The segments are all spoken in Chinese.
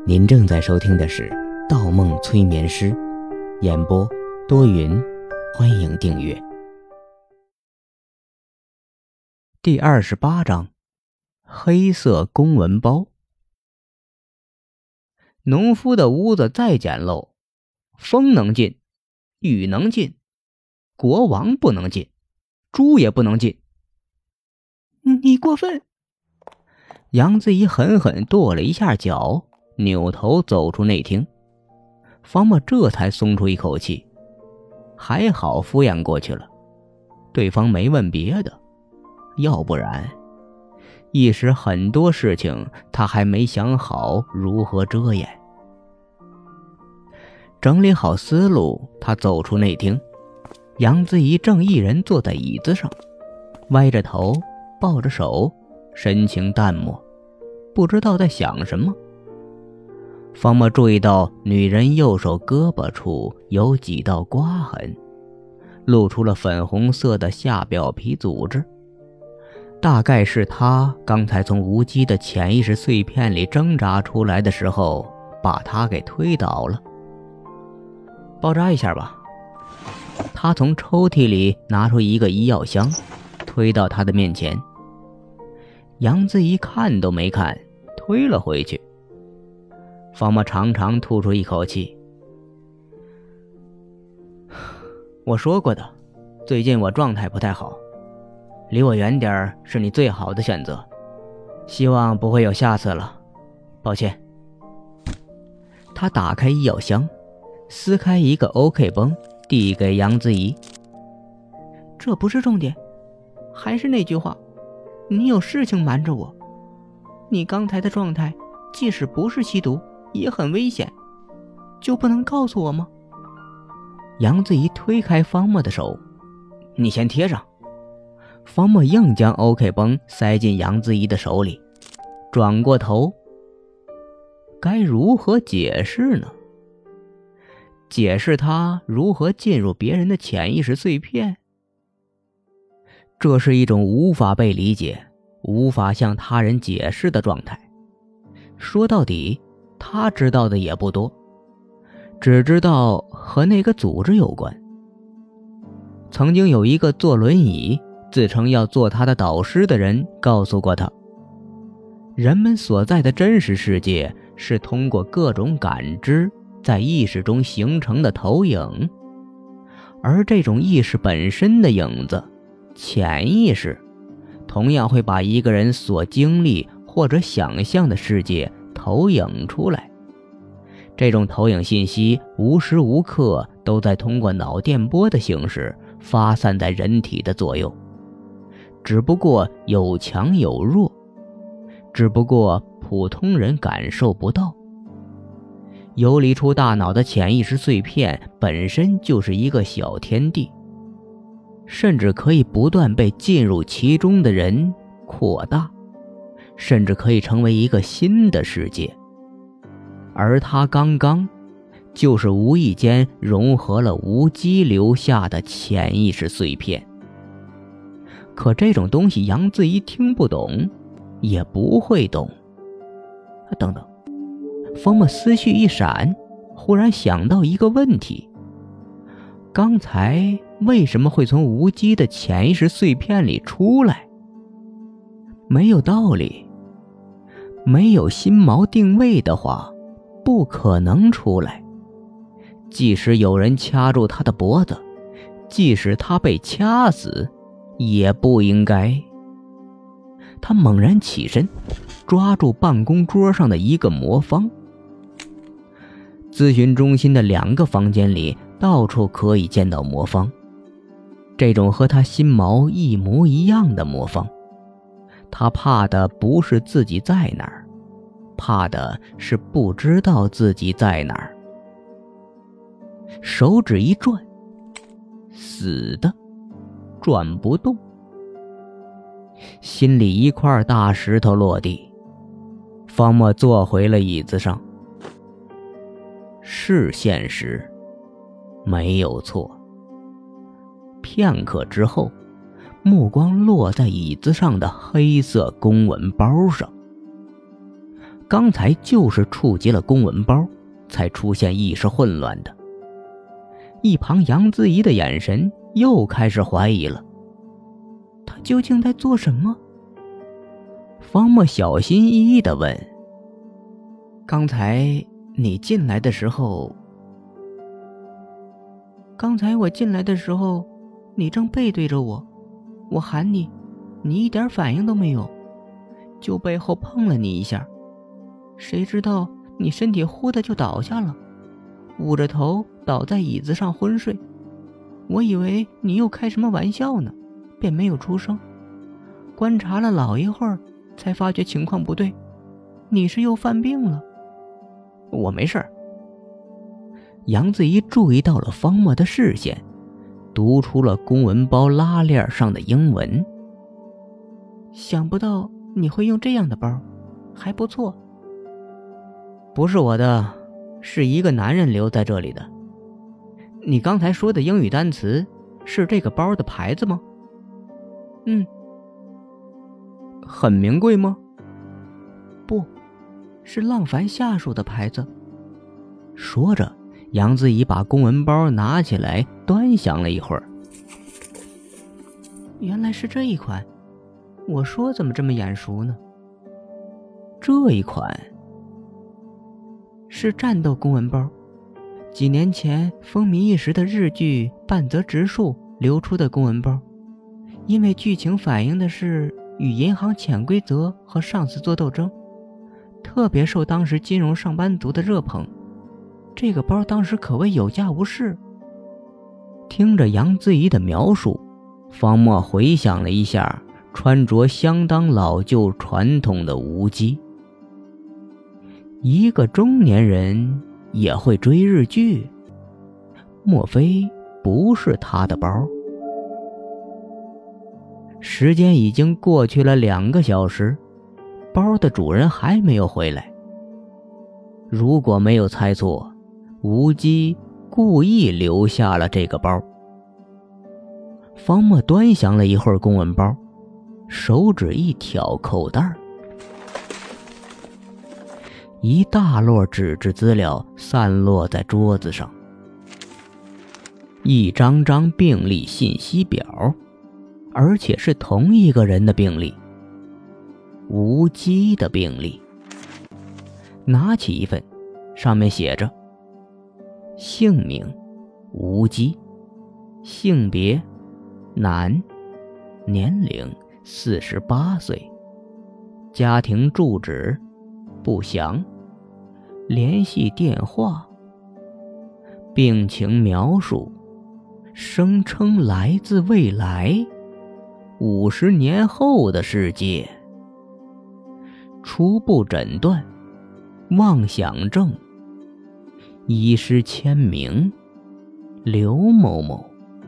您正在收听的是《盗梦催眠师》，演播多云，欢迎订阅。第28章，黑色公文包。农夫的屋子再简陋，风能进，雨能进，国王不能进，猪也不能进。 你过分！ 杨子怡狠狠跺了一下脚，扭头走出内厅。方墨这才松出一口气，还好敷衍过去了，对方没问别的，要不然一时很多事情他还没想好如何遮掩。整理好思路，他走出内厅。杨子怡正一人坐在椅子上，歪着头，抱着手，神情淡漠，不知道在想什么。方墨注意到女人右手胳膊处有几道刮痕，露出了粉红色的下表皮组织，大概是她刚才从无机的潜意识碎片里挣扎出来的时候把她给推倒了。包扎一下吧。他从抽屉里拿出一个医药箱，推到他的面前。杨子怡看都没看，推了回去。方墨长长吐出一口气。我说过的，最近我状态不太好，离我远点是你最好的选择，希望不会有下次了，抱歉。他打开医药箱，撕开一个 OK 绷，递给杨子怡。 这不是重点，还是那句话，你有事情瞒着我。你刚才的状态即使不是吸毒也很危险，就不能告诉我吗？ 杨子怡推开方墨的手，你先贴上。方墨硬将 OK 绷塞进杨子怡的手里，转过头。该如何解释呢？解释他如何进入别人的潜意识碎片？这是一种无法被理解，无法向他人解释的状态。说到底，他知道的也不多，只知道和那个组织有关。曾经有一个坐轮椅自称要做他的导师的人告诉过他，人们所在的真实世界是通过各种感知在意识中形成的投影，而这种意识本身的影子，潜意识，同样会把一个人所经历或者想象的世界投影出来。这种投影信息无时无刻都在通过脑电波的形式发散在人体的左右，只不过有强有弱，只不过普通人感受不到。游离出大脑的潜意识碎片本身就是一个小天地，甚至可以不断被进入其中的人扩大，甚至可以成为一个新的世界。而他刚刚就是无意间融合了无机留下的潜意识碎片。可这种东西杨子怡听不懂，也不会懂。等等，方墨思绪一闪，忽然想到一个问题，刚才为什么会从无机的潜意识碎片里出来？没有道理，没有心锚定位的话，不可能出来。即使有人掐住他的脖子，即使他被掐死，也不应该。他猛然起身，抓住办公桌上的一个魔方。咨询中心的2个房间里到处可以见到魔方，这种和他心锚一模一样的魔方。他怕的不是自己在哪儿，怕的是不知道自己在哪儿。手指一转，死的，转不动。心里一块大石头落地，方墨坐回了椅子上。是现实，没有错。片刻之后，目光落在椅子上的黑色公文包上。 刚才就是触及了公文包，才出现意识混乱的。一旁杨子怡的眼神又开始怀疑了， 他究竟在做什么？ 方墨小心翼翼地问： 刚才你进来的时候，刚才我进来的时候，你正背对着我，我喊你，你一点反应都没有，就背后碰了你一下，谁知道你身体忽的就倒下了，捂着头倒在椅子上昏睡。我以为你又开什么玩笑呢，便没有出声。观察了老一会儿，才发觉情况不对，你是又犯病了。 我没事儿。杨子怡注意到了方墨的视线，读出了公文包拉链上的英文。 想不到你会用这样的包，还不错。 不是我的，是一个男人留在这里的。你刚才说的英语单词是这个包的牌子吗？很名贵吗？ 不，是浪凡下属的牌子。 说着，杨子怡把公文包拿起来端详了一会儿。 原来是这一款，我说怎么这么眼熟呢？ 这一款是战斗公文包，几年前风靡一时的日剧《半泽直树》流出的公文包，因为剧情反映的是与银行潜规则和上司做斗争，特别受当时金融上班族的热捧。这个包当时可谓有价无市。 听着杨子怡的描述，方墨回想了一下穿着相当老旧传统的无机。一个中年人也会追日剧，莫非不是他的包？时间已经过去了2个小时，包的主人还没有回来。如果没有猜错，无机故意留下了这个包。方墨端详了一会儿公文包，手指一挑口袋，一大摞纸质资料散落在桌子上，一张张病历信息表，而且是同一个人的病历，无机的病历。拿起一份，上面写着姓名无机，性别男，年龄48岁，家庭住址不详，联系电话，病情描述声称来自未来50年后的世界，初步诊断妄想症，医师签名刘某某。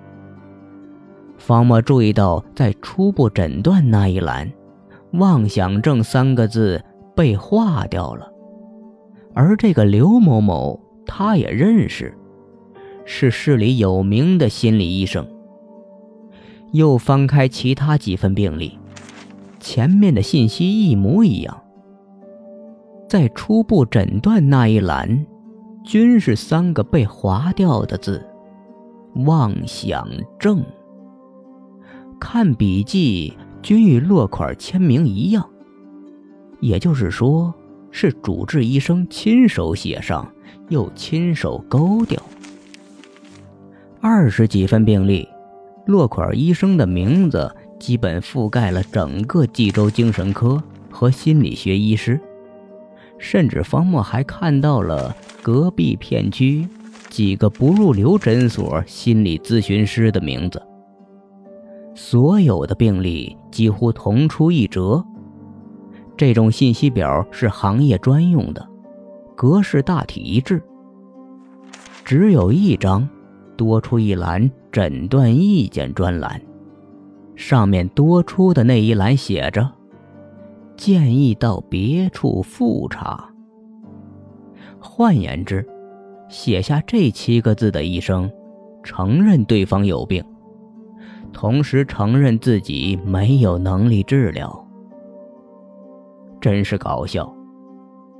方墨注意到在初步诊断那一栏，妄想症3个字被划掉了，而这个刘某某他也认识，是市里有名的心理医生。又翻开其他几份病历，前面的信息一模一样，在初步诊断那一栏均是3个被划掉的字，妄想症。看笔记均与落款签名一样，也就是说是主治医生亲手写上又亲手勾掉。20几份病历，落款医生的名字基本覆盖了整个冀州精神科和心理学医师，甚至方墨还看到了隔壁片区几个不入流诊所心理咨询师的名字。所有的病例几乎同出一辙，这种信息表是行业专用的，格式大体一致，只有一张多出一栏诊断意见专栏，上面多出的那一栏写着建议到别处复查。换言之，写下这7个字的医生承认对方有病，同时承认自己没有能力治疗。真是搞笑，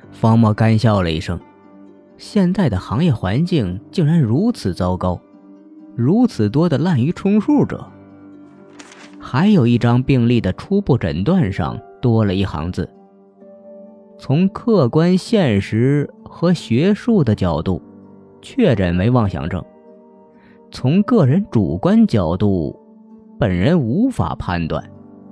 方墨干笑了一声，现在的行业环境竟然如此糟糕，如此多的滥竽充数者。还有一张病历的初步诊断上多了一行字：从客观现实和学术的角度确诊为妄想症，从个人主观角度，本人无法判断。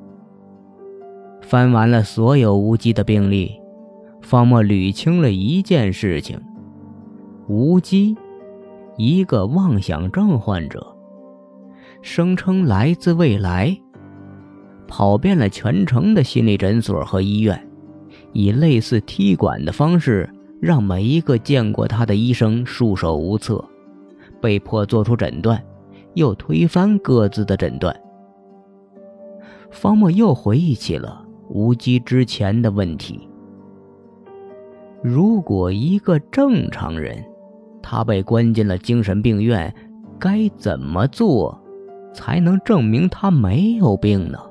翻完了所有无机的病历，方墨捋清了一件事情：无机，一个妄想症患者，声称来自未来，跑遍了全城的心理诊所和医院，以类似踢馆的方式让每一个见过他的医生束手无策，被迫做出诊断，又推翻各自的诊断。方墨又回忆起了无机之前的问题：如果一个正常人，他被关进了精神病院，该怎么做才能证明他没有病呢？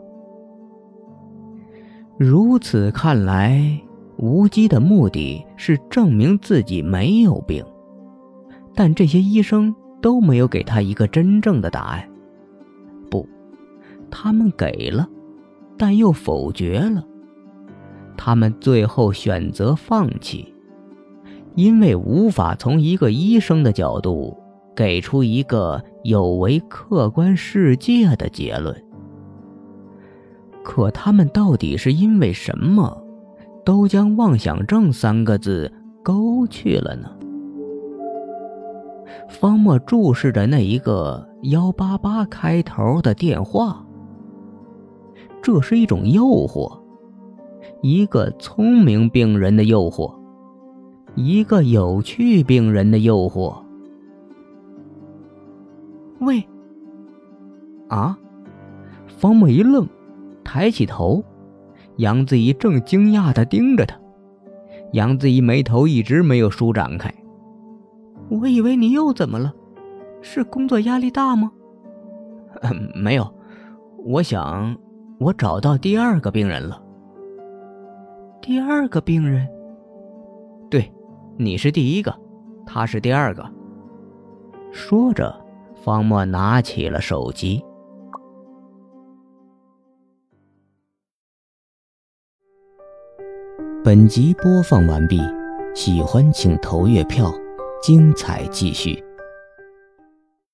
如此看来，无机的目的是证明自己没有病，但这些医生都没有给他一个真正的答案。不，他们给了，但又否决了。他们最后选择放弃，因为无法从一个医生的角度给出一个有违客观世界的结论。可他们到底是因为什么都将妄想症3个字勾去了呢？方墨注视着那一个188开头的电话，这是一种诱惑，一个聪明病人的诱惑，一个有趣病人的诱惑。 喂！ 啊！方墨一愣，抬起头，杨子怡正惊讶地盯着他。杨子怡眉头一直没有舒展开。 我以为你又怎么了？是工作压力大吗？ 没有，我想我找到第2个病人了。 第2个病人？ 对，你是第1个，他是第2个。说着，方墨拿起了手机。本集播放完毕，喜欢请投月票，精彩继续。